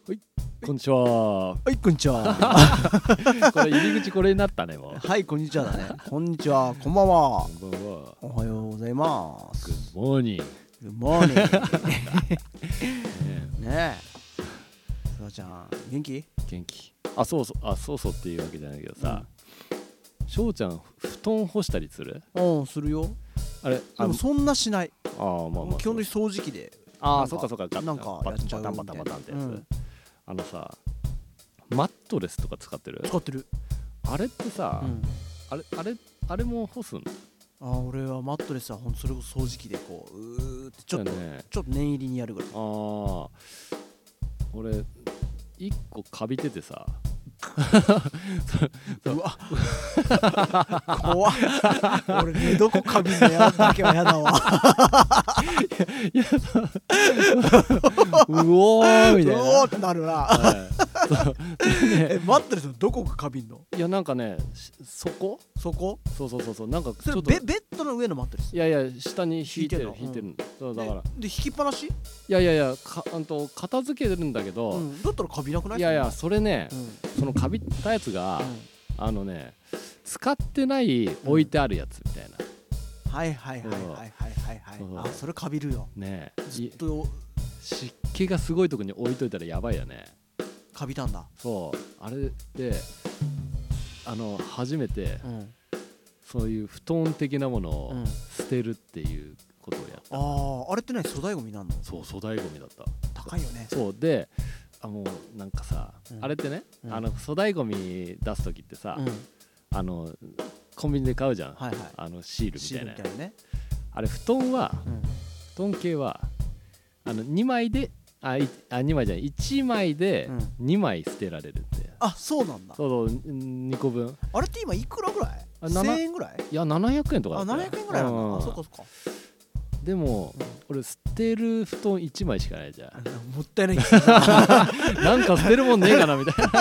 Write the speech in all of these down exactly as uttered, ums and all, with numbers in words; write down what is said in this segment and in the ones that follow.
はい、こんにちは。 はい、こんにちは。 これ入り口これになったね、もう。 はい、こんにちはだね。こんにちは、こんばんは。 こんばんは。 おはようございます。 Good morning。 Good morning。 ねねえ、すがちゃん元気？ 元気。あ、そうそう、あ、そうそうっていうわけじゃないけどさ、翔ちゃん布団干したりする？ うん、するよ。 あれ、 でもそんなしない。 ああ、まあまあ。 基本的に掃除機で。 ああ、そっかそっか。 なんかやっちゃうみたいな。 バタバタバタってやつ。 うん、 あのさ、マットレスとか使ってる？ 使ってる。 あれってさ、 うん、あれあれあれも干すの？ あ、俺はマットレスはほんとそれこそ掃除機でこううーってちょっと、ね、ちょっと念入りにやるぐらい。 ああ、俺一個カビててさ。 うわ怖っ。俺ね、どこかびんのやだけはやだわ。 いやうおーみたいな、 うおーってなるな、はいそうえ、マットレスのどこがかびんの？ いや、なんかね、そこそこそうそうそうそう、なんかちょっとベ、ベッドの上のマットレス？ いやいや、下に引いてる引いてる、 うん、 そうだからで、引きっぱなし？いやいやいや、かあんと片付けるんだけど、 うん、だったらカビなくない？ いやいや、それね、 うん、 そのカビったやつが、 うん、 あのね、使ってない置いてあるやつみたいな、 うん、はいはいはいはいはいはいはい。あ、それカビるよね。 ずっと湿気がすごいとこに置いといたらやばいよね。 カビたんだ。 そう、あれであの初めて、うん、そういう布団的なものを捨てるっていうことをやった、うん、 ああ、あれって何、粗大ゴミなんの？ そう、粗大ゴミだった。 高いよね。 そうで、あ、もうなんかさ、うん、あれってね、うん、あの粗大ゴミ出す時ってさ、うん、あのコンビニで買うじゃん、はいはい、あのシールみたいな、みたいなね、あれ布団は、うん、布団系はあのにまいで、ああにまいじゃない、いちまいでにまい捨てられるって、うん、 あ、そうなんだ。 そうそう、にこぶん。あれって今いくらぐらい？せんえんぐらい？ いや、ななひゃくえんとかだった。 あ、ななひゃくえんぐらいなんだ、うん、あ、そっかそっか。 でも、うん、俺捨てる布団いちまいしかないじゃん。 もったいないなんか捨てるもんねえかなみたいな。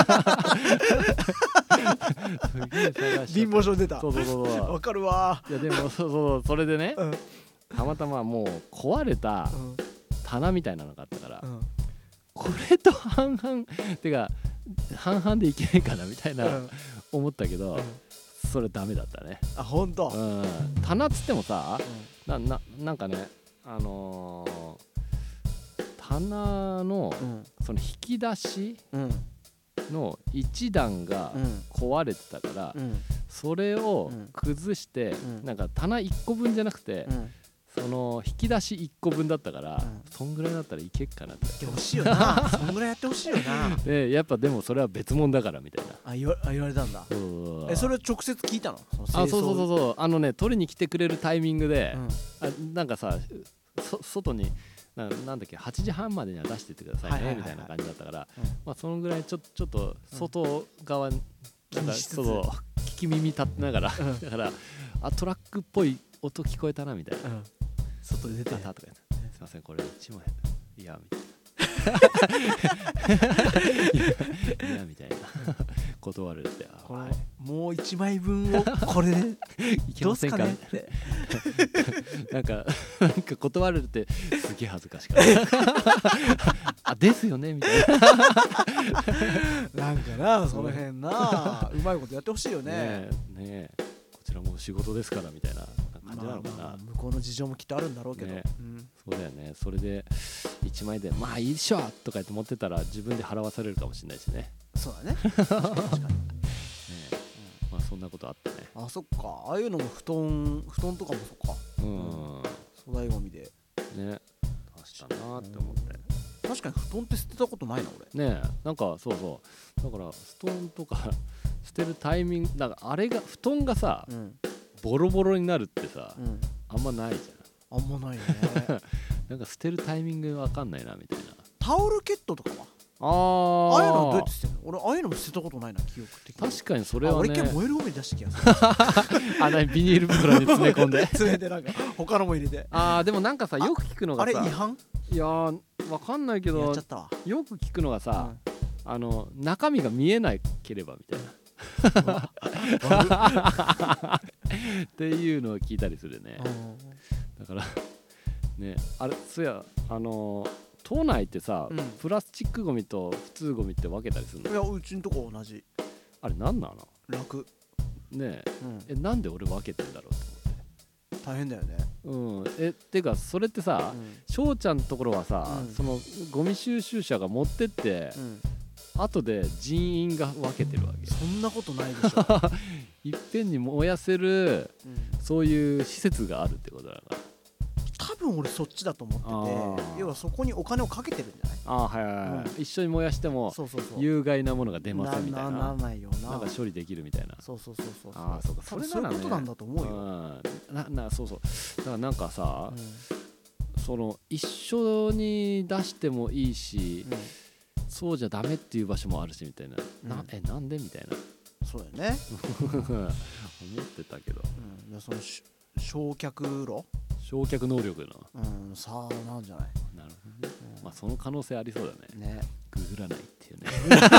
貧乏症出た。 そうそうそうそう、 わかるわ。 いやでもそうそう、それでね、うん、たまたまもう壊れた棚みたいなのがあったから、うん、これと半々てか半々でいけないかなみたいな、うん、思ったけど、うん、それダメだったね。 あ、ほんと、 うん、棚っつってもさ、うん、な, な, なんかね、あのー、棚の、うん、その引き出しの一段が壊れてたから、うん、それを崩して、うん、なんか棚いっこぶんじゃなくて、うん、その引き出しいっこぶんだったから、うん、そんぐらいだったらいけっかなって。やってほしいよな。そんぐらいやってほしいよな。 で、やっぱでもそれは別物だからみたいな。 あ、言 わ, あ言われたんだ。え、それを直接聞いたの？そのあ、そうそうそうそう、あのね、取りに来てくれるタイミングで、うん、あ、なんかさ、そ外にな, なんだっけはちじはんまでには出していってくださいねみたいな感じだったから、うん、まあそのぐらいちょちょっと外側に、うん、なんかそう聞き耳立ってながら、うん、だからあ、トラックっぽい音聞こえたなみたいな、うん、 外で出てたとか言って、すいませんこれいちまいいやみたいな。いやみたいな断るって、 これ、はい、もういちまいぶんをこれでいけませんかってなんかなんか断るってすげえ恥ずかしかったあ、ですよねみたいななんかな、その辺な、うまいことやってほしいよね。ねえ、ねえ、こちらも仕事ですからみたいな感じなのかな、まあまあ、 向こうの事情もきっとあるんだろうけど、ね、 うん、そうだよね。それでいちまいでまあいいっしょとか言って持ってたら自分で払わされるかもしれないしね。 そうだね。確かに確かにね、 うん、まあそんなことあったね。 あ、そっか、ああいうのも布団布団とかもそっか、 うん、 粗大ゴミでね、出したなって思って、 うん、確かに布団って捨てたことないな俺ね。え、なんかそうそう、だから布団とか捨てるタイミング、なんかあれが布団がさ、うん、ボロボロになるってさ、うん、あんまないじゃん。あんまないね。 なんか捨てるタイミングわかんないなみたいな。 タオルケットとかはあああいうのどうやって捨てるの？俺ああいうのも捨てたことないな、記憶的に。 確かにそれはね。 俺一回燃えるゴミ出した気がする。 あ、なにビニール袋に詰め込んで詰めてなんか他のも入れて。 あー、でもなんかさ、よく聞くのがさ、 あれ違反？ いやーわかんないけど、 やっちゃったわ。 よく聞くのがさ、うん、あの中身が見えなければみたいなっていうのを聞いたりするね。だからね、あれ、そうや、あのー都内ってさ、 うん、 プラスチックゴミと普通ゴミって分けたりするの？ いやうちんとこ同じ。 あれなんなの？ 楽ねえ、 うん、 えなんで俺分けてんだろうと思って。 大変だよね。 うん、えってかそれってさ、 うん翔ちゃんのところはさ、 うんそのゴミ収集車が持ってって、 うん、 後で人員が分けてるわけ。 そんなことないでしょ、 いっぺんに燃やせるうん、 そういう施設があるってことだから。 多分俺そっちだと思ってて、要はそこにお金をかけてるんじゃない？ ああはいはいはい、 うん、 一緒に燃やしてもそうそうそう、 有害なものが出ませんみたいな、 なならないよな。 なんか処理できるみたいな。 そうそうそうそう。 ああそうか、 それそれならね、 そういうことなんだと思うよ。 うん、ななそうそうだからなんかさ、 うん、 その一緒に出してもいいし、 うん、 そうじゃダメっていう場所もあるしみたいな、 うん、 なえなんでみたいなそうだよね思ってたけど、 うん、でそのし焼却炉、 焼却能力の、 うん、さあなんじゃない？ なるほどね、うん、まあその可能性ありそうだね。 ね、 ググらないっていうね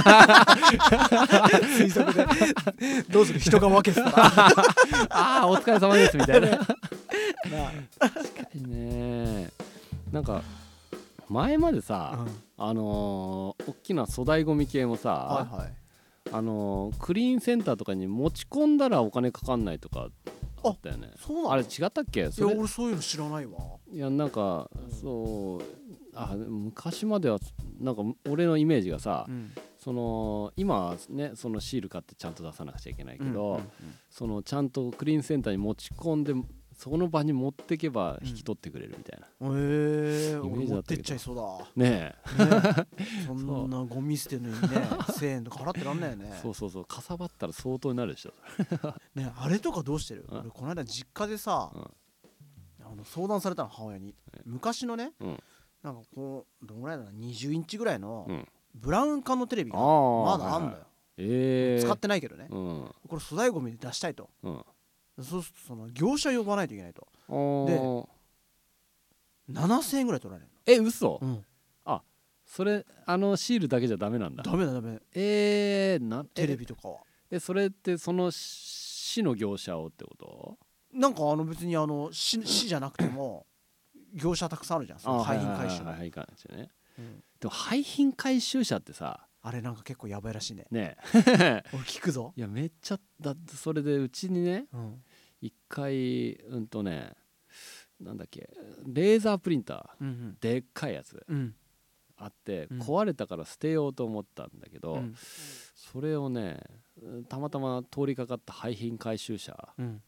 推測でどうする、人が分けてたらああお疲れ様ですみたいなな確かにね。なんか前までさ、 うん、 あのー、大きな粗大ゴミ系もさ、 はいはい、 あのー、クリーンセンターとかに持ち込んだらお金かかんないとかあったよね。 そうなの？ あれ違ったっけ？それいや俺そういうの知らないわ。 いやなんか、うん、そうあ昔まではなんか俺のイメージがさ、うん、その今ねそのシール買ってちゃんと出さなくちゃいけないけど、うんうんうん、そのちゃんとクリーンセンターに持ち込んでその場に持ってけば引き取ってくれるみたいな、 うん、へえー、俺持ってっちゃいそうだねえ、 ねそんなゴミ捨てるのにねせんえんとか払ってらんないよね。 そうそうそう、かさばったら相当になるでしょね。あれとかどうしてる？俺この間実家でさ、うん、あの相談されたの母親に、昔のね、うん、なんかこうどのぐらいだなにじゅうインチぐらいのブラウン管のテレビがまだあんだよ、はいはい、えー、使ってないけどね、うん、これ粗大ゴミで出したいと、うん、そうするとその業者呼ばないといけないと。でななせんえんぐらい取られるの。 え嘘、 うん、 あそれあのシールだけじゃダメなんだ。 ダメだダメ。 えー、なテレビとかはえそれってその市の業者をってこと？ なんかあの別にあの 市, 市じゃなくても業者たくさんあるじゃん、その廃品回収の。 でも廃品回収車ってさあれなんか結構やばいらしいね。 ねえ俺聞くぞ。 いやめっちゃだってそれでうちにね、うん、一回うんとねなんだっけレーザープリンター、うんうん、でっかいやつ、うん、あって、うん、壊れたから捨てようと思ったんだけど、うん、それをねたまたま通りかかった廃品回収車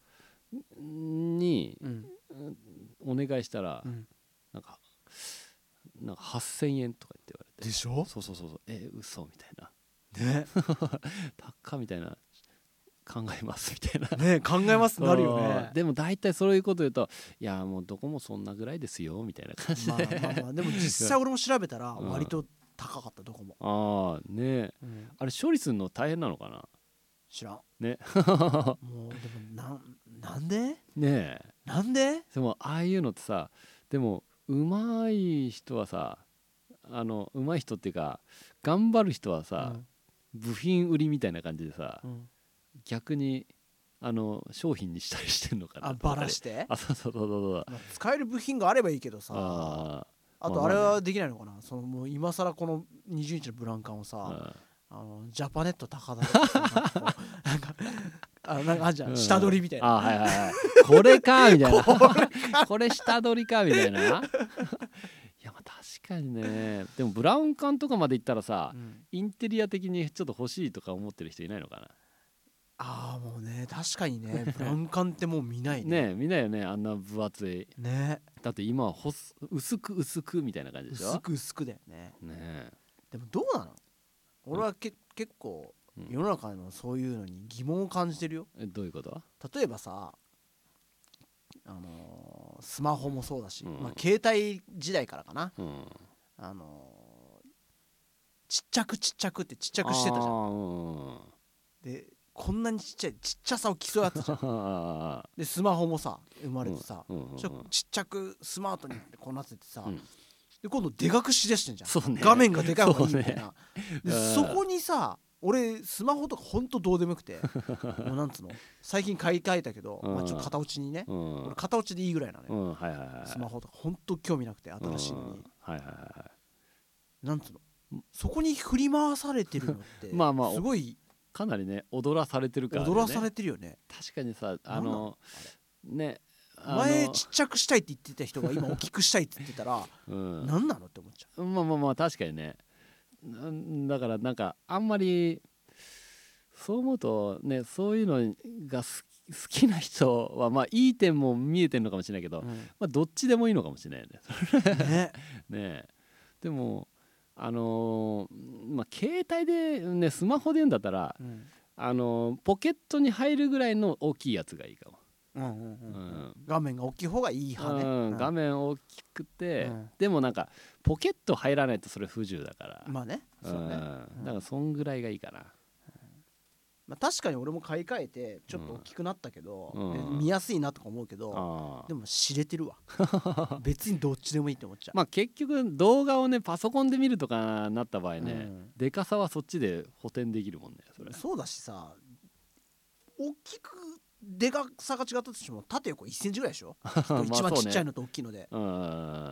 に、うん、お願いしたら、うん、なんかなんかはっせんえんとか言って言われて。 でしょ？ そうそうそうそう、え嘘みたいなね高みたいな考えますみたいなね考えますなるよね。 でも大体そういうこと言うといやもうどこもそんなぐらいですよみたいな感じで、まあまあまあ、 でも実際俺も調べたら割と高かったどこも、 うん、ああね、うん、あれ処理するの大変なのかな知らんねもうでもななんでねえなんででもああいうのってさでも上手い人はさあの上手い人っていうか頑張る人はさ、うん、部品売りみたいな感じでさ、うん、逆にあの商品にしたりしてんのかな。 あバラしてあそうそうそうそう、 まあ、使える部品があればいいけどさ あ, あとあれはできないのかな、そのもう今更このにじゅうインチのブランカンをさあのジャパネット高田とかなんかあなんかあんじゃん、うん、下取りみたいな、 あはいはいはいこれかみたいなこ, れこれ下取りかみたいないやまあ確かにね。でもブラウン管とかまでいったらさ、うん、インテリア的にちょっと欲しいとか思ってる人いないのかな。 ああもうね確かにねブラウン管ってもう見ないねね見ないよねあんな分厚いね。 だって今はほす薄く薄くみたいな感じでしょ。 薄く薄くだよね。 ねでもどうなの？俺はけ、うん、結構世の中のそういうのに疑問を感じてるよ。 えどういうこと？ 例えばさあのー、スマホもそうだし、うんまあ、携帯時代からかな、うん、あのー、ちっちゃくちっちゃくってちっちゃくしてたじゃん、うん、でこんなにちっちゃいちっちゃさを競い合ってたじゃんでスマホもさ生まれてさ、うんうんうん、ちっちゃくスマートにってこうなっててさ、うん、で今度でかくしだしてんじゃん、ね、画面がでかい方がいいみたいな そ,、ね、でそこにさ俺スマホとかほんとどうでもよくてもうなんつうの最近買い替えたけど、まあ、ちょっと型落ちにね、うん、俺型落ちでいいぐらいなのよ、うんはいはいはい、スマホとかほんと興味なくて新しいのに、うんはいはいはい、 なんつうのそこに振り回されてるのってまあまあすごいかなりね踊らされてるから、ね、 踊らされてるよね。 確かにさあのね前ちっちゃくしたいって言ってた人が今大きくしたいって言ってたら、うん、何なのって思っちゃう。 まあまあまあ確かにね。だからなんかあんまりそう思うとね、そういうのが好き、好きな人はまあいい点も見えてるのかもしれないけど、うん、まあどっちでもいいのかもしれないね。ねねでもあのー、まあ携帯でねスマホで言うんだったら、うん、あのー、ポケットに入るぐらいの大きいやつがいいかも。うんうんうんうん、 画面が大きい方がいい派ね、 うん、画面大きくて、うん、でもなんかポケット入らないとそれ不自由だからまあねそうね、 うん、だからそんぐらいがいいかな、うんまあ、確かに俺も買い替えてちょっと大きくなったけど、うん、見やすいなとか思うけど、でも知れてるわ別にどっちでもいいって思っちゃう。 まあ結局動画をねパソコンで見るとかなった場合ね、うん、でかさはそっちで補填できるもんね。それそうだしさ大きくでかさが違ったとしても縦横いっセンチぐらいでしょ一番ちっちゃいのと大きいので、うん、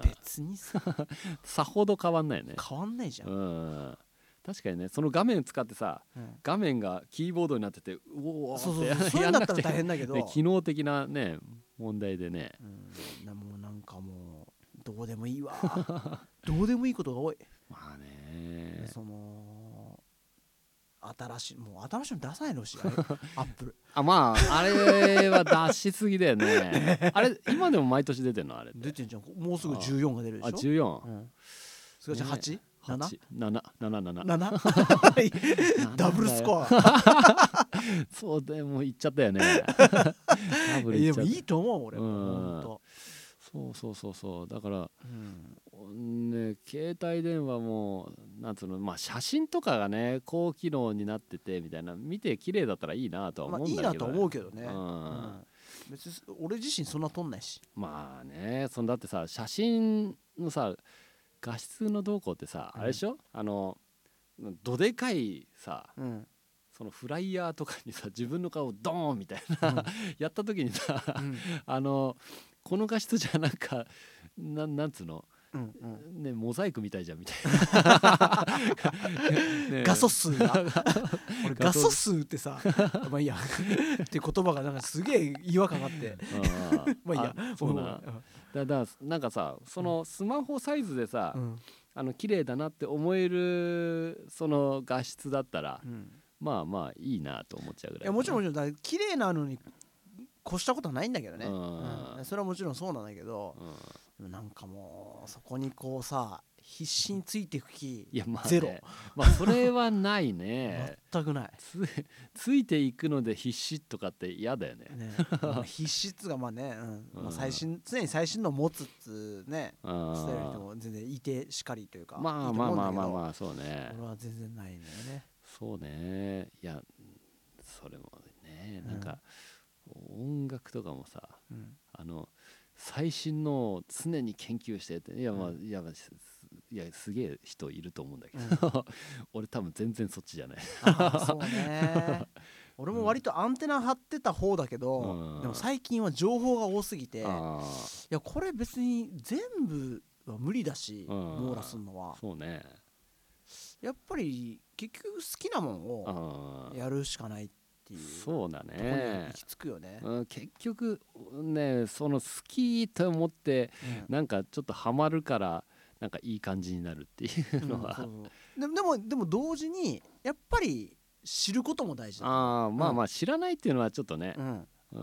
別にささほど変わんないね。 変わんないじゃん、 うん確かにね。その画面使ってさ、うん、画面がキーボードになっててうおーってやんなくて大変だけど、 ね、機能的なね問題でね、 うん、なもうなんかもうどうでもいいわどうでもいいことが多い。 まあねその新しいもう新しいの出さないのしアップルあまああれは出しすぎだよねあれ今でも毎年出てんのあれ出てんじゃん。もうすぐじゅうよんが出るでしょ。 あじゅうよん、うん、 それじゃ はち?なな? ななななななななダブルスコアそうでもいっちゃったよねダブルいっちゃった。 でもいいと思う俺もほんと。 そうそうそうそうだから、うん、ね携帯電話もなんつうのまあ写真とかがね高機能になっててみたいな見て綺麗だったらいいなとは思うんだけど、 まあ、いいなと思うけどね、うんうん、別に俺自身そんな撮んないし。 まあねそんだってさ写真のさ画質の動向ってさ、うん、あれでしょあのどでかいさ、うん、そのフライヤーとかにさ自分の顔ドーンみたいな、うん、やった時にさ、うん、あのこの画質じゃなんか な, なんつうの、うんうんね、モザイクみたいじゃんみたいなね、画素数が俺画素数ってさまあいいやって言葉がなんかすげえ違和感があってまあいいやそうなだだなんかさそのスマホサイズでさ、うん、あの綺麗だなって思えるその画質だったら、うん、まあまあいいなと思っちゃうぐらい、ね、 いやもちろんもちろん綺麗なのに越したことはないんだけどね、うんうん、それはもちろんそうなんだけど、うん、なんかもうそこにこうさ必死についていく気いや、まあね、 ゼロまあそれはないね全くないつ, ついていくので必死とかって嫌だよねね必死っつうかまあね、うんまあ、最新常に最新の持つっつうねスタイルの人も全然いてしかりというかまあまあまあまあまあそうね俺は全然ないんだよね。 そうねいやそれもねなんか、うん、音楽とかもさ、うん、あの最新のを常に研究してていやまあ、うん、いやいやすげえ人いると思うんだけど、うん、俺多分全然そっちじゃない。 あそうね俺も割とアンテナ張ってた方だけど、うん、でも最近は情報が多すぎていやこれ別に全部は無理だし、うん、網羅するのはそうねやっぱり結局好きなもんをやるしかないっていうそうだね行き着くよね、 うん、結局ねその好きと思って、うん、なんかちょっとハマるからなんかいい感じになるっていうのは、うん、そうそうで, でもでも同時にやっぱり知ることも大事だ。 あまあまあ知らないっていうのはちょっとね、うんうん、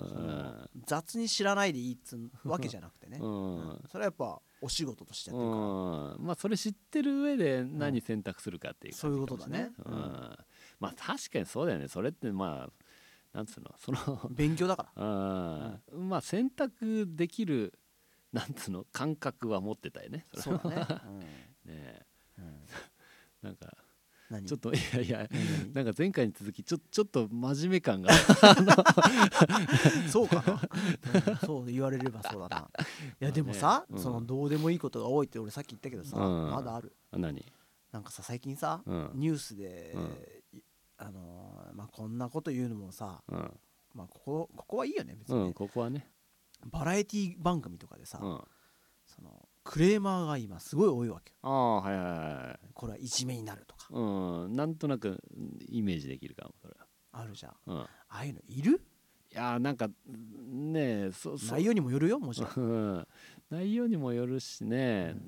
雑に知らないでいいっつうわけじゃなくてね、うんうん、それはやっぱお仕事としてやってるから、 うん、まあそれ知ってる上で何選択するかっていう感じかもしれない、そういうことだね、うんうん、まあ確かにそうだよね。それってまあなんつうのその勉強だから、 うんうん、まあ選択できるなんつうの感覚は持ってたよね。それはそうだね、うん、 ねえ、うん、なんかちょっといやいやなんか前回に続きちょちょっと真面目感がそうかな、うん、そう言われればそうだな。いやでもさ、ねうん、そのどうでもいいことが多いって俺さっき言ったけどさ、うん、まだある。 何なんかさ最近さ、うん、ニュースで、うん、あのー、まあこんなこと言うのもさ、うん、まあここここはいいよね別に、ね、 うん、ここはねバラエティ番組とかでさ、うん、そのクレーマーが今すごい多いわけよ。 ああはいはいはい。 これはいじめになるとか、 うん、なんとなくイメージできるかもそれは。 あるじゃん、 うん、 ああいうのいる？ いやーなんかねえそそ内容にもよるよもちろんうん内容にもよるしね、 ううん、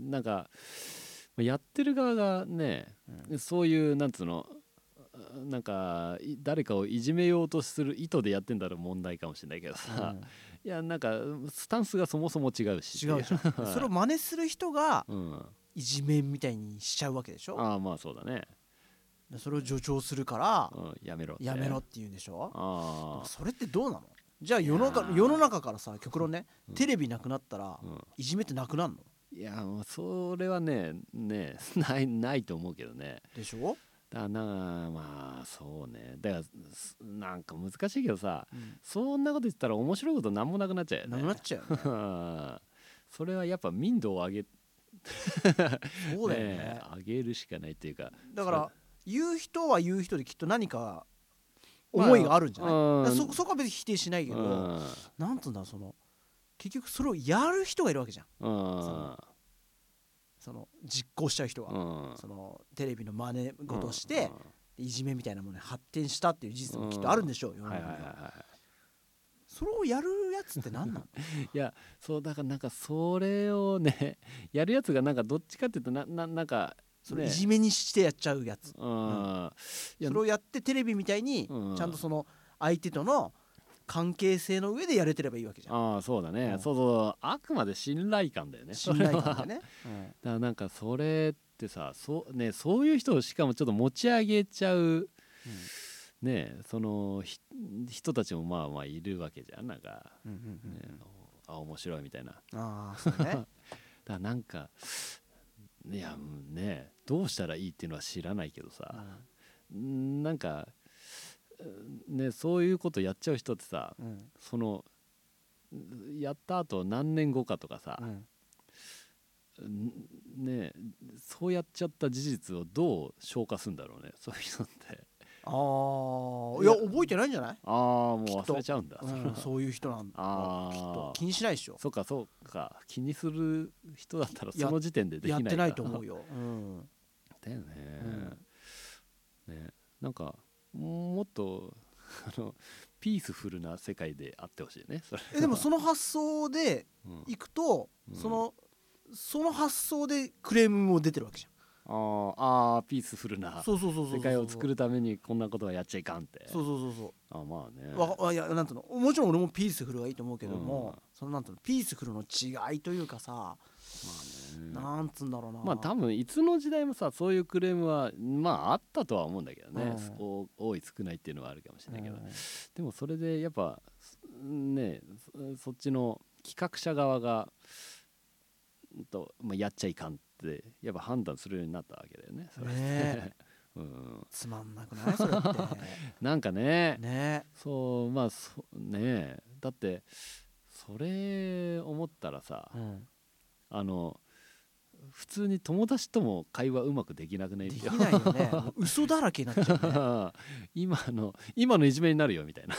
なんかやってる側がね、 うんそういうなんつうのなんかい誰かをいじめようとする意図でやってんだろう問題かもしれないけどさ、いやなんかスタンスがそもそも違うし違うじゃんそれを真似する人がうんいじめみたいにしちゃうわけでしょ。 ああまあそうだね、 それを助長するからうん、やめろってやめろって言うんでしょ。 ああそれってどうなの？じゃあ世の中いやー世の中からさ極論ね、 うんテレビなくなったらうんいじめってなくなるのいやもうそれはねねないないと思うけどね。 でしょ。 だなまあそうねだからすなんか難しいけどさ、 うんそんなこと言ったら面白いことなんもなくなっちゃうよね。 なくなっちゃうよねそれはやっぱ民度を上げそうだよね上げるしかないっていうかだから言う人は言う人できっと何か思いがあるんじゃない、 まあうんだからそそこは別に否定しないけど、 うんなんつうんだろうその結局それをやる人がいるわけじゃん。 うんその実行しちゃう人が、 うんそのテレビの真似事をして、いじめみたいなものに発展したっていう事実もきっとあるんでしょうよ、世のはい中にははいはいはいそれをやるやつって何なのいやそうだからなんかそれをねやるやつがなんかどっちかっていうとなななんかそれいじめにしてやっちゃうやつ、 うん、いやそれをやってテレビみたいにうんちゃんとその相手との関係性の上でやれてればいいわけじゃん。 ああそうだね、 うんそうそうあくまで信頼感だよね信頼感それはでね、うんだからなんかそれってさそうねそういう人をしかもちょっと持ち上げちゃうねそのひ人たちもまあまあいるわけじゃんなんか、 うんうんうんうんね、あ面白いみたいなああそうねだからなんかいやねどうしたらいいっていうのは知らないけどさ、んなんかねそういうことやっちゃう人ってさ、 うんそのやった後何年後かとかさ、 うんねそうやっちゃった事実をどう消化するんだろうねそういう人ってああいや覚えてないんじゃない、 ああもう忘れちゃうんだ、 うん、そういう人なんだあーきっと気にしないでしょ。 そうかそうか気にする人だったらやその時点でできないかやってないと思うよ、うんだよね、ねなんかもっとあのピースフルな世界であってほしいねそれえでもその発想でうんいくと、 うんそのその発想でクレームも出てるわけじゃん。 あーあーピースフルなそうそうそうそうそう世界を作るためにこんなことはやっちゃいかんってそうそうそうそあまあねうわわいやなんていうのもちろん俺もピースフルがいいと思うけども、 うんそのなんていうのピースフルの違いというかさ、 まあねなんつうんだろうなまあ多分いつの時代もさそういうクレームはまああったとは思うんだけどね、 うんお多い少ないっていうのはあるかもしれないけど、 うんでもそれでやっぱねそそっちの企画者側がうんと、まあ、やっちゃいかんってやっぱ判断するようになったわけだよね。それねえうん、 つまんなくないそれってなんかねねそうまあそねだってそれ思ったらさ、 え、うん、 あの普通に友達とも会話うまくできなくないできないよねもう嘘だらけになっちゃうね今の今のいじめになるよみたいな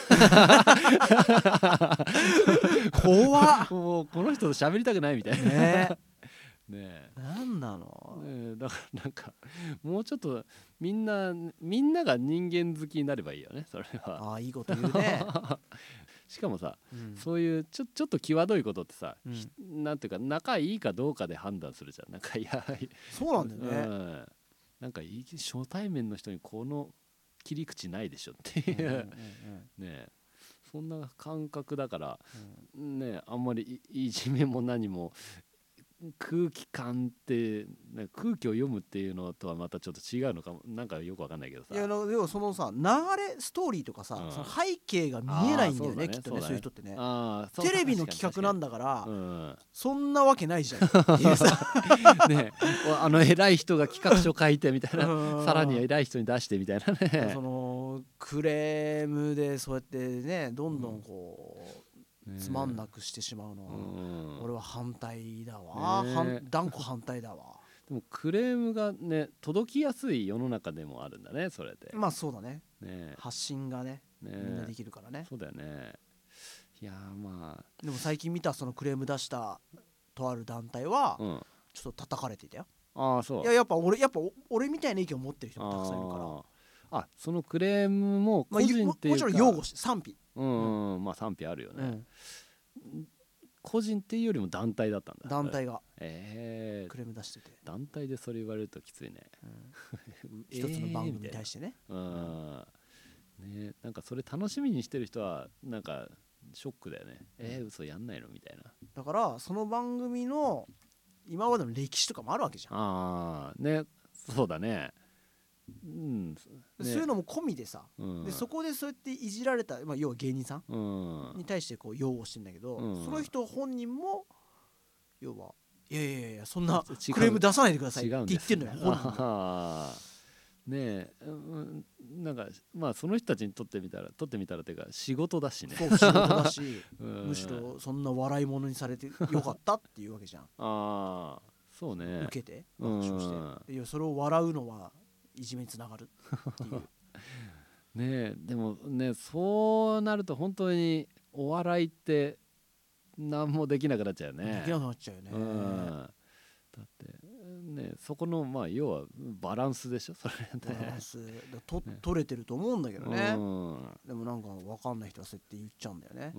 怖っもうこの人と喋りたくないみたいなねねえなんなの、 えねえだからなんかもうちょっとみんなみんなが人間好きになればいいよねそれはああいいこと言うね、 しかもさ、 うんそういうちょちょっと際どいことってさ、 うんひなんていうか仲いいかどうかで判断するじゃんなんかいやそうなんだよね、 うん、なんかいき初対面の人にこの切り口ないでしょっていう、 うんうんうんうんねえそんな感覚だから、ねえあんまりいいじめも何も空気感ってなんか空気を読むっていうのとはまたちょっと違うのかもなんかよくわかんないけどさいや要はそのさ流れストーリーとかさ、 うんその背景が見えないんだよねあーそうだねきっとねそういう人ってねあーそうテレビの企画なんだ、 だから、 うんそんなわけないじゃんっていうさねえあの偉い人が企画書書いてみたいなうんさらに偉い人に出してみたいなねそのクレームでそうやってねどんどんこう、 ねえつまんなくしてしまうのは、 うん俺は反対だわ、 ねえ反断固反対だわでもクレームがね届きやすい世の中でもあるんだねそれでまあそうだねね発信がねねみんなできるからねそうだよねいやーまあでも最近見たそのクレーム出したとある団体はうんちょっと叩かれていたよ。 ああそういややっぱ俺やっぱ俺みたいな意見を持ってる人もたくさんいるから。 ああそのクレームも個まあ、 人っていうか、 ももちろん擁護して賛否、 うん、うん、まあ賛否あるよね、 うん、 個人っていうよりも団体だったんだ。 団体がええー、 クレーム出してて、 団体でそれ言われるときついね、 うん、一つの番組に対してね、 えー、うんね、なんかそれ楽しみにしてる人はなんかショックだよね。えー、嘘やんないのみたいな。 だからその番組の今までの歴史とかもあるわけじゃん。 ああね、そうだね。うん、ね、 そういうのも込みでさ、うん、でそこでそうやっていじられた、まあ、要は芸人さんに対してこう擁護してんだけど、うん、その人本人も要はいやいやいやそんなクレーム出さないでくださいって言ってんのよ本人も。 ねえ、うん、なんかまあその人たちにとってみたらとってみたらっていうか仕事だしね。 そう仕事だし、うん、むしろそんな笑い物にされてよかったっていうわけじゃん。ああそうね、 受けて爆笑して、いやそれを笑うのはいじめにつながるっていうねえでもねそうなると本当にお笑いって何もできなくなっちゃうよね。 できなくなっちゃうよね、うん、 だってねそこのまあ要はバランスでしょそれね。 バランスと、ね、取れてると思うんだけどね、うん、でもなんか分かんない人はそうやって言っちゃうんだよね、うん、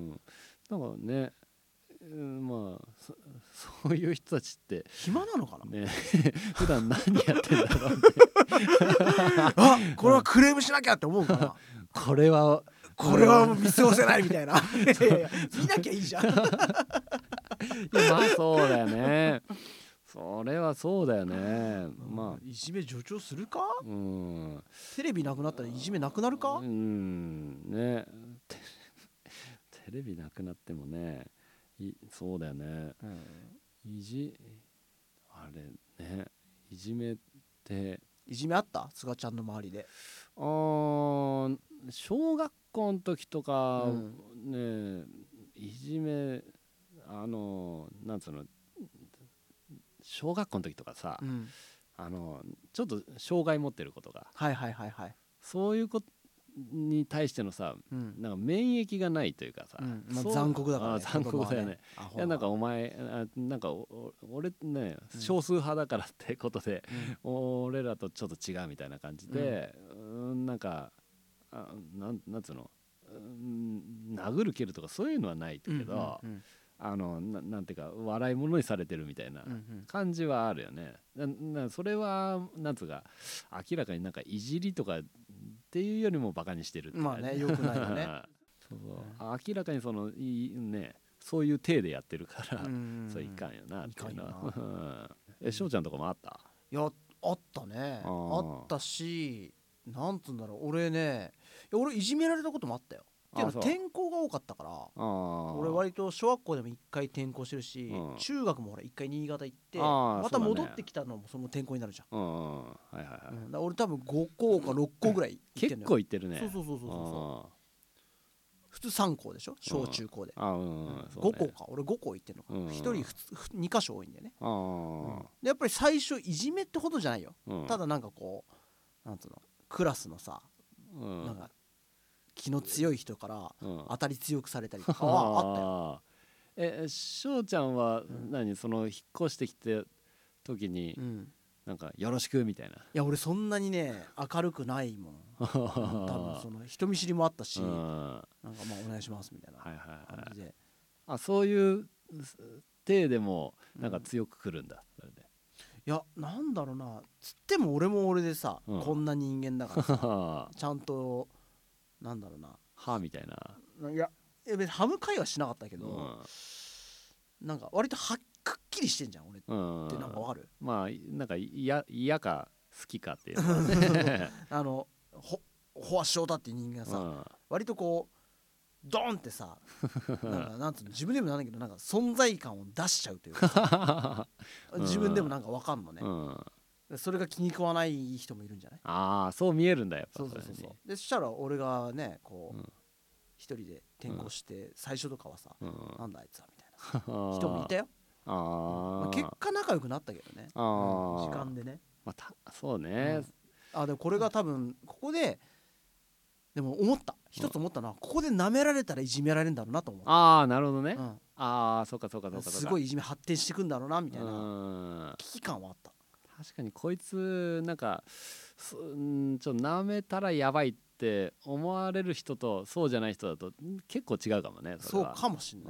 なんかね、うん、まあ そ, そういう人たちって暇なのかな、 ね、普段何やってんだろうってあこれはクレームしなきゃって思うかなこれはこれは見過ごせないみたいな。いやいや見なきゃいいじゃん。いやまあそうだよね。それはそうだよね。まあいじめ助長するか？うん。テレビなくなったらいじめなくなるか？ うんね。テレビなくなってもね、いそうだよね。うん、いじあれね、いじめっていじめあった？すがちゃんの周りで。 あー小学校の時とか、うん、ねいじめあのなんつうの小学校の時とかさ、うん、あのちょっと障害持ってることが、 はいはいはいはい、 そういうことに対してのさ、うん、なんか免疫がないというかさ、 うんまあ、残酷だからね。 残酷だよね。いやなんかお前あなんか俺ね少数派だからってことで、うん、俺らとちょっと違うみたいな感じで、うん、なんかあなん、なんつうの、うん、殴る蹴るとかそういうのはないけど、うんうんうん、あの な, なんていうか笑い物にされてるみたいな感じはあるよね。ななそれはなんつうか明らかになんかいじりとかっていうよりもバカにしてるって、 まあねよくないよね。 そうそう、うん、明らかにそのいいねそういう体でやってるから、うん、そういかんよなっていうのは。え翔ちゃんとかもあった？ いやあったね。あったしなんつうんだろう俺ねいや俺いじめられたこともあったよ。っていうのは転校が多かったから俺割と小学校でもいっかい転校してるし、うん、中学もほらいっかい新潟行ってまた戻ってきたのもその転校になるじゃん、うんはいはいはいうん、だ俺多分ごこうかろっこうぐらい行ってんのよ。 結構行ってるね。 そうそうそうそうそう普通さん校でしょ小中高で、うんうんうんね、ごこうか俺ごこう行ってんのか、うん、ひとりに箇所多いんだよね、うん、でやっぱり最初いじめってほどじゃないよ、うん、ただなんかこうなんつうのクラスのさ、うん、なんか気の強い人から当たり強くされたりとかはあったよ。 え翔ちゃんは何、うん、その引っ越してきて時に、うん、なんかよろしくみたいな。いや俺そんなにね明るくないもん多分その人見知りもあったし、うん、なんかまあお願いしますみたいな感じで、はいはいはい、 あそういう体でもなんか強くくるんだ、 うん、それでいやなんだろうなつっても俺も俺でさ、うん、こんな人間だからさちゃんとなんだろうな歯みたいな。 いや別に歯向かいはしなかったけど、うん、なんか割とはっくっきりしてんじゃん俺ってなんかわかる？ まあなんか嫌か好きかっていうあのほほわしょうだっていう人間がさ、うん、割とこうドーンってさなんかなんつうの自分でもなんだけどなんか存在感を出しちゃうというか自分でもなんかわかんのね、うん、それが気に食わない人もいるんじゃない？ ああそう見えるんだやっぱ。 そうそうそうそうでそしたら俺がねこう、うん、一人で転校して最初とかはさ、うん、なんだあいつはみたいな人もいたよ。あ、まあ、結果仲良くなったけどね、あ、うん、時間でね、 まあ、たそうね、 うん、あでもこれが多分ここででも思った一つ思ったのはここで舐められたらいじめられるんだろうなと思った。 ああなるほどね、 うん、 ああそうかそうかそうかそうかすごいいじめ発展してくんだろうなみたいな危機感はあった。 確かにこいつなんかんちょっと舐めたらやばいって思われる人とそうじゃない人だと結構違うかもね。 それはそうかもしんない。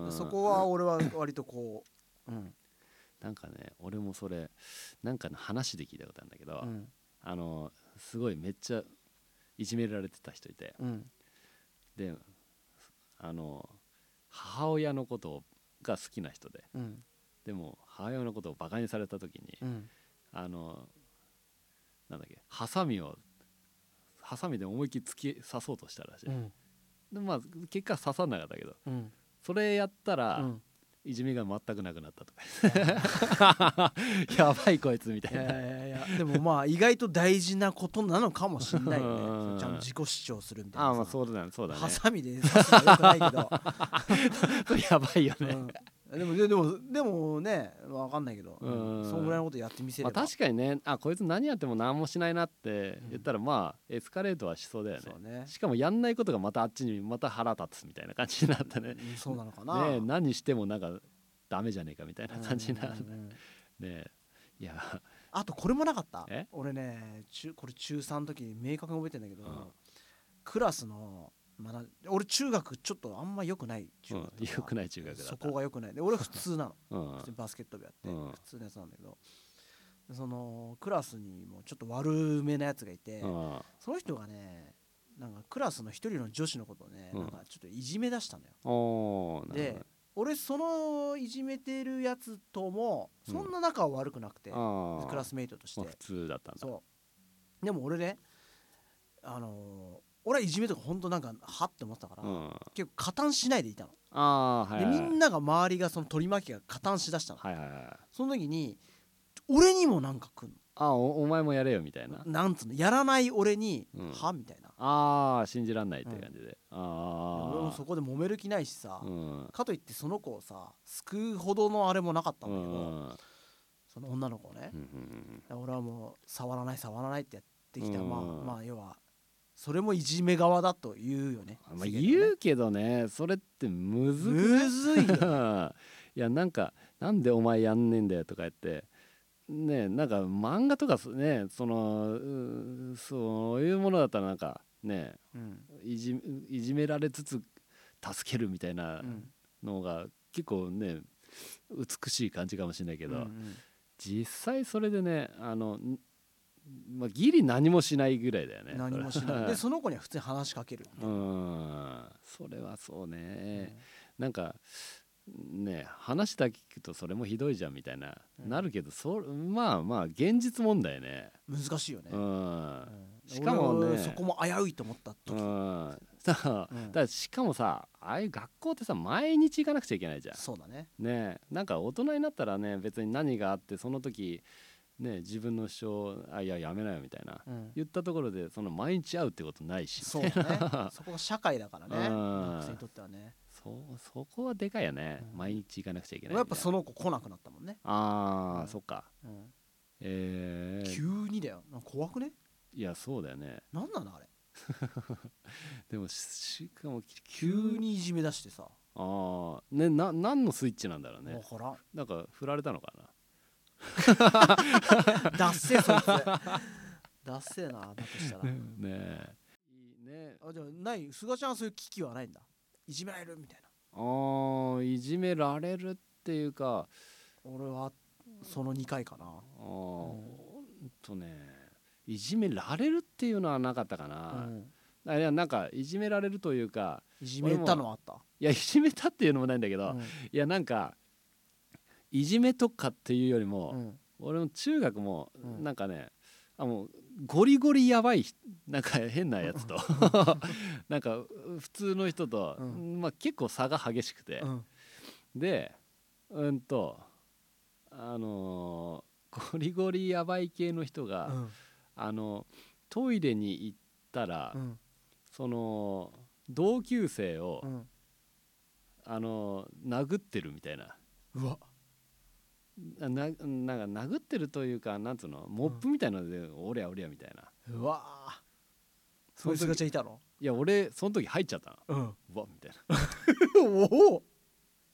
そこは俺は割とこう、うん、 なんかね俺もそれなんかの話で聞いたことあるんだけど、 うん、 あのすごいめっちゃいじめられてた人いて、 うん、 であの母親のことが好きな人で、 うん、 でも母親のことをバカにされた時に、 うん、 あのなんだっけハサミをハサミで思いっきり突き刺そうとしたらしい、うん、でまあ結果刺さんなかったけど、うん、それやったら、うん、いじめが全くなくなったとかやばいこいつみたいな。 いやいやいやでもまあ意外と大事なことなのかもしれないよねちゃんと自己主張するみたいな。 ああまあそうだねそうだね。 ハサミで刺すのはよくないけどやばいよね、 うんでもでもでもね分かんないけど、うん、そのぐらいのことやってみせれば、 まあ、確かにねあこいつ何やっても何もしないなって言ったら、まあエスカレートはしそうだよ ね, そうねしかもやんないことがまたあっちにまた腹立つみたいな感じになったね、 うん、そうなのかな、 ね何してもなんかダメじゃねえかみたいな感じになる、うんうんうん、ねいやあとこれもなかった。俺ね中これ中さんの時に明確に覚えてるんだけど、うん、クラスのまだ俺中学ちょっとあんま良くない中学、うん、 良くない中学だった。 そこが良くないで俺普通なの、うん、普通にバスケット部やって、 うん、 普通のやつなんだけどそのクラスにもちょっと悪めなやつがいて、うん、その人がねなんかクラスの一人の女子のことをね、うん、なんかちょっといじめ出したのよ。で俺そのいじめてるやつともそんな仲は悪くなくて、うん、クラスメイトとして、 まあ、普通だったんだ。 そうでも俺ねあのー俺はいじめとか本当なんかはって思ってたから、うん、結構加担しないでいたの。 あ、はいはい、 でみんなが周りがその取り巻きが加担しだしたの、 はいはいはい、 その時に俺にもなんか来んの。 あ お, お前もやれよみたいな。 なんつうのやらない俺に、うん、はみたいな。 ああ信じらんないって感じで、うん、 あ俺もそこで揉める気ないしさ、 うん、 かといってその子をさ救うほどのあれもなかったんだけど、うん、その女の子をね、うんうん、俺はもう触らない触らないってやってきた、うん、まあまあ要はそれもいじめ側だと言うよね。 まあ、言うけどねそれってむずくむずいよいやなんかなんでお前やんねんだよとか言ってねなんか漫画とかねそのそういうものだったらなんかね、うん、いじ、いじめられつつ助けるみたいなのが結構ね美しい感じかもしれないけど、うんうん、実際それでねあのまあ、ギリ何もしないぐらいだよね。 何もしないでその子には普通に話しかける。 うんそれはそうね、うん、なんかね話だけ聞くとそれもひどいじゃんみたいな、うん、なるけどそまあまあ現実問題ね難しいよね、 うんうん、しかもねそこも危ういと思った時、 うんだからしかもさああいう学校ってさ毎日行かなくちゃいけないじゃん。 そうだね。 ねなんか大人になったらね別に何があってその時ね、自分の主張あいややめなよみたいな、うん、言ったところでその毎日会うってことないしそうだねそこが社会だからね学生にとってはねそ, そこはでかいよね、うん、毎日行かなくちゃいけない。 やっぱその子来なくなったもんね。 ああ、うん、そっか、 うん、 えー、 急にだよ怖くね。 いやそうだよねなんなのあれでもしかも急にいじめ出してさああねな何のスイッチなんだろうね。 ほらなんか振られたのかなダッセーそいつダッセーなだとしたらねえいいね。 あじゃあない菅ちゃんはそういう危機はないんだいじめられるみたいな。 あいじめられるっていうか俺はそのにかいかな。あー、うん、とねいじめられるっていうのはなかったかな、うん、いやなんかいじめられるというかいじめたのはあった。 いやいじめたっていうのもないんだけど、うん、いやなんかいじめとかっていうよりも、うん、俺も中学もなんかね、うん、あもうゴリゴリやばいなんか変なやつとなんか普通の人と、うん、まあ、結構差が激しくて、うん、でうんとあのー、ゴリゴリやばい系の人が、うん、あのトイレに行ったら、うん、その同級生を、うん、あのー、殴ってるみたいな。 うわな, なんか殴ってるというかなんつうのモップみたいなので、うん、おりゃおりゃみたいな。 うわそういう人がちゃいたの。 いや俺その時入っちゃったの、うん、うわみたいなおお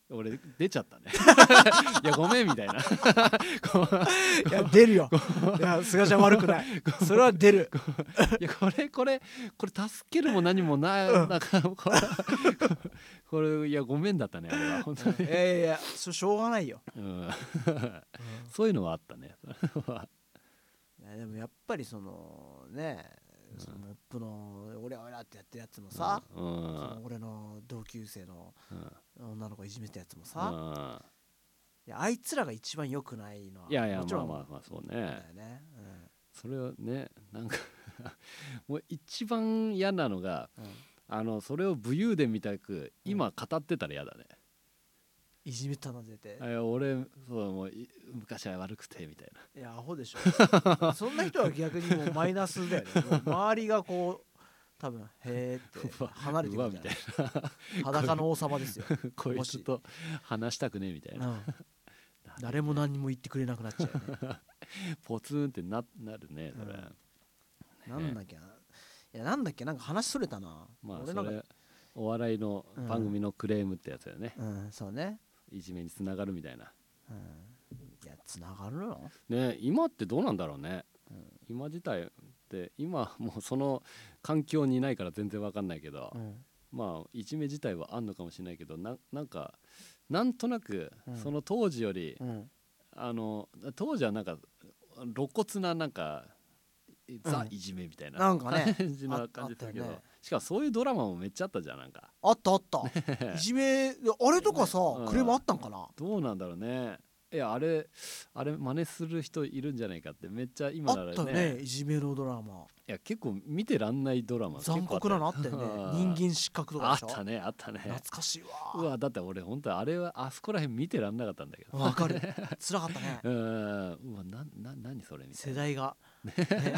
俺出ちゃったねいやごめんみたいないや出るよいや菅ちゃん悪くないそれは出るいやこれこれこれ助けるも何もない、うん、なんかこれこれいやごめんだったねあれは本当に、 うん、いやいやそしょうがないよ、うん、 そういうのはあったねいやでもやっぱりそのねそのモップのオレオレってやってるやつもさ、うん、その俺の同級生の女の子いじめたやつもさ、うん、いやあいつらが一番良くないのは、 いやいやまあまあまあそうね、 ね、うん、 それはねなんかもう一番嫌なのが、うん、あのそれを武勇伝みたく今語ってたら嫌だね、 いじめたの出て、 いや俺そうもう昔は悪くてみたいな、 いやアホでしょそんな人は逆にもうマイナスだよね周りがこう多分へーって離れてくるみたいな裸の王様ですよこいつと話したくねえみたいな、うん、 誰も何も言ってくれなくなっちゃうねポツンって な, なるねそれ、 うん、なんだっけな、いやなんだっけなんか話それたな、 まあ俺それお笑いの番組のクレームってやつだよね、 うん、うん、そうね、 いじめにつながるみたいな、 うん、いやつながるのね、今ってどうなんだろうね、うん、今自体って今もうその環境にいないから全然わかんないけど、うん、まあいじめ自体はあんのかもしれないけど な, なんかなんとなくその当時より、うん、あの当時はなんか露骨ななんかザいじめみたいな感じな感じだけど、ね、しかもそういうドラマもめっちゃあったじゃん、なんかあったあったいじめあれとかさ、うん、クレームあったんかな、 どうなんだろうね、いやあれあれ真似する人いるんじゃないかってめっちゃ今ならね、 あったねいじめのドラマ、 いや結構見てらんないドラマ残酷なのあったよね人間失格とかでしょ、 あったねあったね、 懐かしいわ、 うわだって俺本当あれはあそこら辺見てらんなかったんだけど、 わかる辛かったねうんうわなな何それみたいな世代がね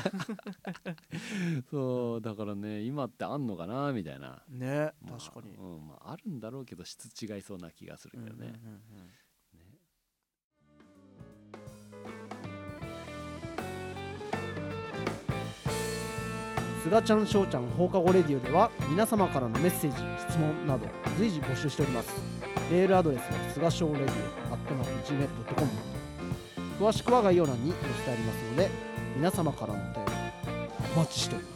そうだからね今ってあんのかなみたいなね、まあ、確かに、 うんまあ、あるんだろうけど質違いそうな気がするけどね、うんうんうんうんすがちゃんしょうちゃん放課後レディオでは皆様からのメッセージ質問など随時募集しております。メールアドレスはすがしょうレディオアットマーク ジーメールドットコム、 詳しくは概要欄に載せてありますので皆様からのお便りお待ちしております。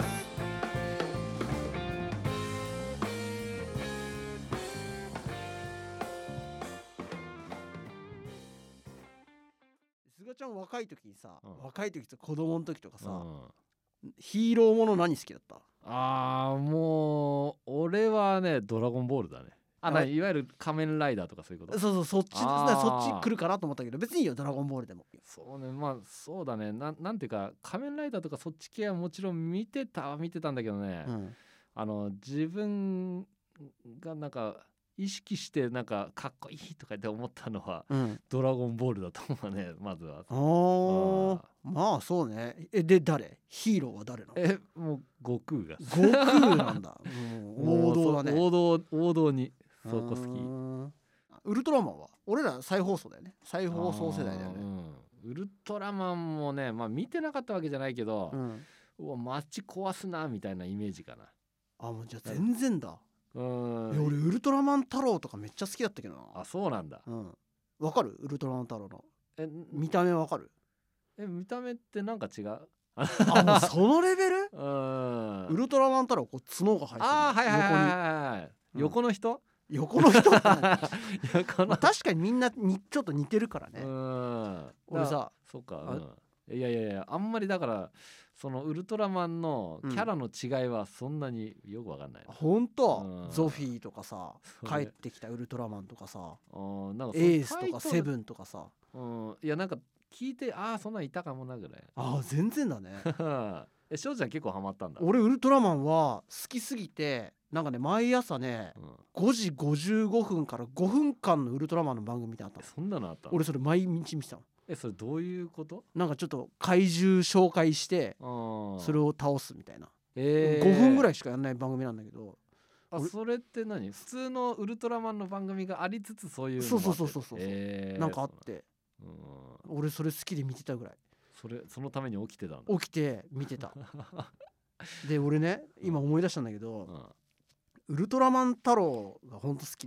すがちゃん若い時にさ、うん、若い時って子供の時とかさ、うん、ヒーローもの何好きだった？ あーもう俺はねドラゴンボールだね。あない、いわゆる仮面ライダーとかそういうこと？ そうそうそっちそっち来るかなと思ったけど別にいいよドラゴンボールでも。 そうねまあそうだね な, なんていうか仮面ライダーとかそっち系はもちろん見てた見てたんだけどね、うん、あの自分がなんか意識してなんかかっこいいとかって思ったのは、うん、ドラゴンボールだと思うねまずは。 ああまあそうね。えで誰ヒーローは誰なの？ えもう悟空が悟空なんだ王道だね。 王道王道にそこ好き。 ウルトラマンは俺ら再放送だよね。再放送世代だよね、 うん、ウルトラマンもねまあ見てなかったわけじゃないけど、うん、うわ街壊すなみたいなイメージかな。 あもうじゃあ全然だ。 うんえ俺ウルトラマン太郎とかめっちゃ好きだったけどな。 あそうなんだ。 うんわかるウルトラマン太郎のえ見た目わかる？ え見た目ってなんか違う？ あもうそのレベル？ うんウルトラマン太郎こう角が生えてる。 あはいはいはいはい、うん、横の人横の人横の、まあ、確かにみんなにちょっと似てるからね。うん俺さそうか、うん、いやいやいやあんまりだからそのウルトラマンのキャラの違いはそんなによくわかんない、 うん、ほんと、うん、ゾフィーとかさ帰ってきたウルトラマンとかさなんかエースとかセブンとかさ、 うん、いやなんか聞いてああそんなんいたかもなぐらい。 ああ全然だねえ翔ちゃん結構ハマったんだ。 俺ウルトラマンは好きすぎてなんかね毎朝ね、うん、ごじごじゅうごふんからごふんかんのウルトラマンの番組みたいなのあったの。 そんなのあった？ 俺それ毎日見てたの。 えそれどういうこと？ なんかちょっと怪獣紹介してそれを倒すみたいな、 えー、 ごふんぐらいしかやんない番組なんだけど。 あそれって何普通のウルトラマンの番組がありつつそういうのそうそうそうそうそう、えー、なんかあってうん俺それ好きで見てたぐらい。 それそのために起きてたんだ。 起きて見てたで俺ね今思い出したんだけど、うん、ウルトラマン太郎がほんと好きで、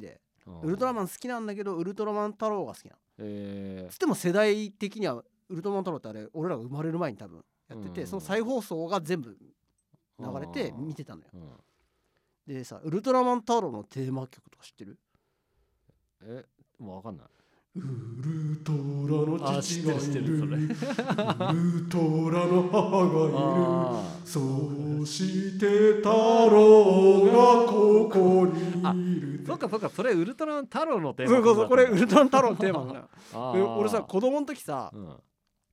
ウルトラマン好きなんだけどウルトラマン太郎が好きなの。 えー、 つっても世代的にはウルトラマン太郎ってあれ俺らが生まれる前に多分やってて、 うん、 その再放送が全部流れて見てたのよ、 うん、 でさウルトラマン太郎のテーマ曲とか知ってる？ えもう分かんない。 ウルトラの父がいる、 ウルトラの母がいる、そして太郎がここにいる。 そっかそっか、それウルトラマン太郎のテーマ。 そうそうそう、これウルトラマン太郎のテーマなのよ。 あ俺さ子供の時さ、 うん、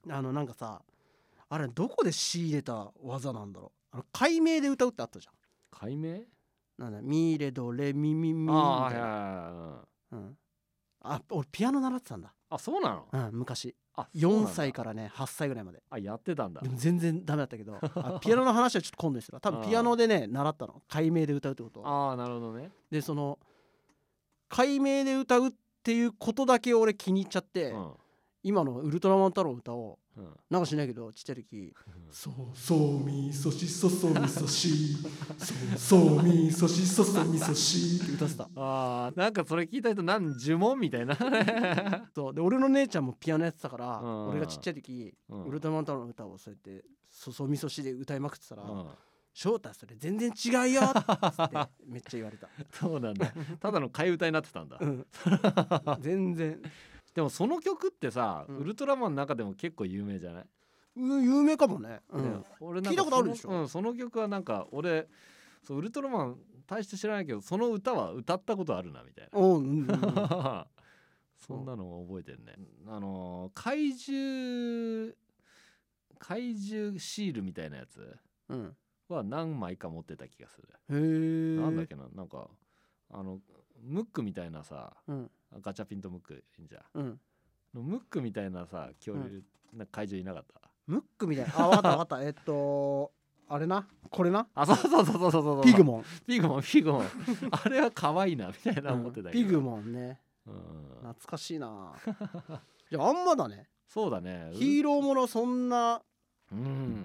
あのなんかさあれどこで仕入れた技なんだろう。あの解明で歌うってあったじゃん。 解明なんだミレドレミミミみたいな。 あ、はいはいはい、うん、 あ、俺ピアノ習ってたんだ。 あ、そうなの？ うん、昔。 あ、 よんさいからねはっさいぐらいまで。 あ、やってたんだ。 でも全然ダメだったけどあピアノの話はちょっと今度にするわ。多分ピアノでね習ったの、解明で歌うってことは。 ああ、なるほどね。 でその解明で歌うっていうことだけ俺気に入っちゃって、うん、今のウルトラマン太郎の歌を、うん、なんかしないけどちっちゃい時ソソミソシソソミソシソソミソシソソミソシって歌ってた。 あー、なんかそれ聞いた人なん呪文みたいなそうで俺の姉ちゃんもピアノやってたから、うん、俺がちっちゃい時、うん、ウルトラマン太郎の歌をそうやってソソミソシで歌いまくってたら、うん、翔太それ全然違うよってめっちゃ言われた。 そうなんだ。ただの替え歌になってたんだ、うん、 全然。 でもその曲ってさ、うん、ウルトラマンの中でも結構有名じゃない？ うん、有名かもね、うん、 俺なんか聞いたことあるでしょ。 うん、その曲はなんか俺そうウルトラマン大して知らないけどその歌は歌ったことあるなみたいな。うんうんうん、そんなの覚えてるね。あのー、怪獣怪獣シールみたいなやつは何枚か持ってた気がする。 へー。 なんだっけな、なんかあのムックみたいなさ、うん、ガチャピンとムックいいんじゃん、うん、ムックみたいなさ恐竜、うん、なんか怪獣いなかった？ ムックみたいな、あ、わかったわかったえっとあれな、これな、 あ、そうそうそうそうそうそう、 ピグモンピグモンピグモンあれは可愛いなみたいな思ってたけど、 うん、ピグモンね、うん、懐かしいなじゃああんまだね。 そうだね、 ヒーローものそんな、 うん、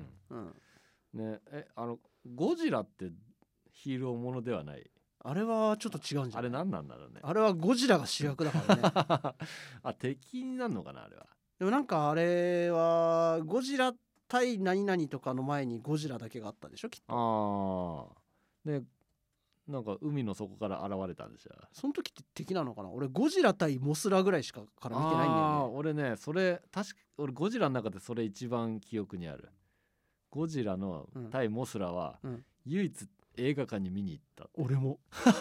うん、ねえ、あのゴジラってヒーローものではない？ あれはちょっと違うんじゃない？ あれ何なんだろうね。 あれはゴジラが主役だからねあ、敵になるのかなあれは。 でもなんかあれはゴジラ対何々とかの前にゴジラだけがあったでしょきっと。 ああ、でなんか海の底から現れたんでしょ。 その時って敵なのかな。俺ゴジラ対モスラぐらいしかから見てないんだよね。 あ、俺ねそれ確か俺ゴジラの中でそれ一番記憶にある。ゴジラの対モスラは唯一映画館に見に行った。 俺も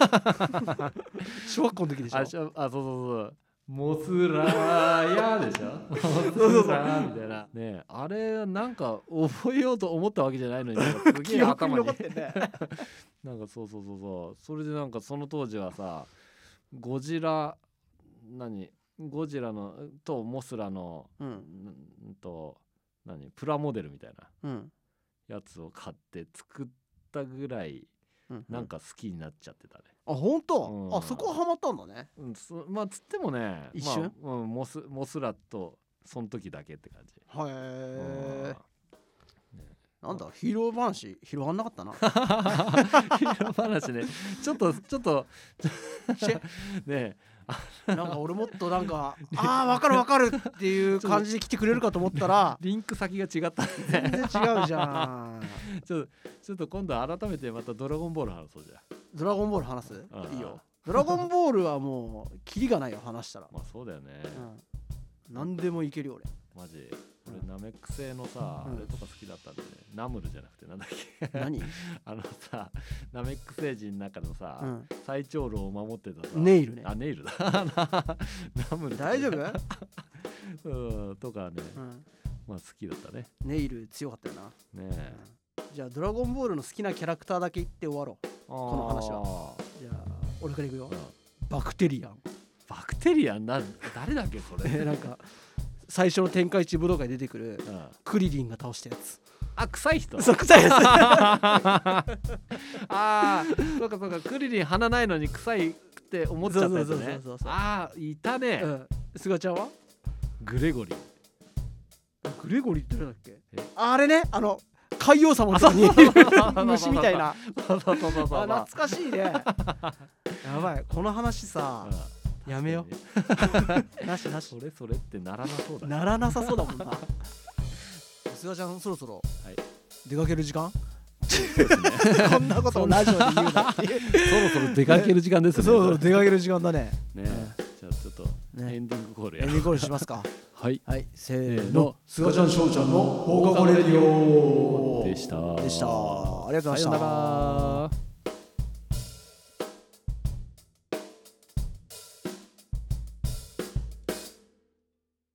小学校の時でしょ。 あ、あ、そうそうそうモスラーヤでしょモスラーみたいなね。あれなんか覚えようと思ったわけじゃないのにすげえ頭に残ってねなんかそうそうそうそう、それでなんかその当時はさゴジラ何ゴジラのとモスラの、うん、と何プラモデルみたいなやつを買って作ったぐらいなんか好きになっちゃってたね。 あ、本当、うん、あ、そこはハマったんだね。 うん、まあつってもね一瞬、 まあうん、モスモスラとその時だけって感じ。 へえ、うんね、なんだヒーロー話広がんなかったなヒーロー話ねちょっとちょっとねなんか俺もっとなんかああ分かる分かるっていう感じで来てくれるかと思ったらリンク先が違った、ね、 全然違うじゃんちょっとちょっと今度改めてまたドラゴンボール話そうじゃん。 ドラゴンボール話す？いいよ。ドラゴンボールはもうキリがないよ話したら。 まあそうだよね、 うん、何でもいけるよ俺。 マジ俺ナメック星のさ、うん、あれとか好きだったんでね。ナムルじゃなくてなんだっけ何あのさナメック星人の中のさ、うん、最長老を守ってたさネイルね。 あ、ネイルだナムル大丈夫うんとかね、うん、まあ好きだったね。 ネイル強かったよなねえ、 うん、じゃあドラゴンボールの好きなキャラクターだけ言って終わろうこの話は。じゃあ俺からいくよ、うん、バクテリアン。 バクテリアンな誰だっけそれなんか最初の天下一武道会出てくる、うん、クリリンが倒したやつ。 あ、臭い人。 そう、臭いやつああ、そうかそうか、クリリン鼻ないのに臭いって思っちゃったやつね。ああ、いたね、うん、 すがちゃんはグレゴリー。 グレゴリーって誰だっけ？あれね、あの海王様のとこにいる虫みたいな。そうそうそうそう、あ、懐かしいねやばい、この話さ、 やめよなしなしそれそれってならなそうだね。 ならなさそうだもんなすがちゃんそろそろ出かける時間そうですねこんなことをラジオで言うなっていうそろそろ出かける時間ですね。 そろそろ出かける時間だね。 ねじゃあちょっとエンディングコールやエンディングコールしますか。 はいはいせーのすがちゃんしょうちゃんの放課後レディオでしたでした。ありがとうございました。 さようなら。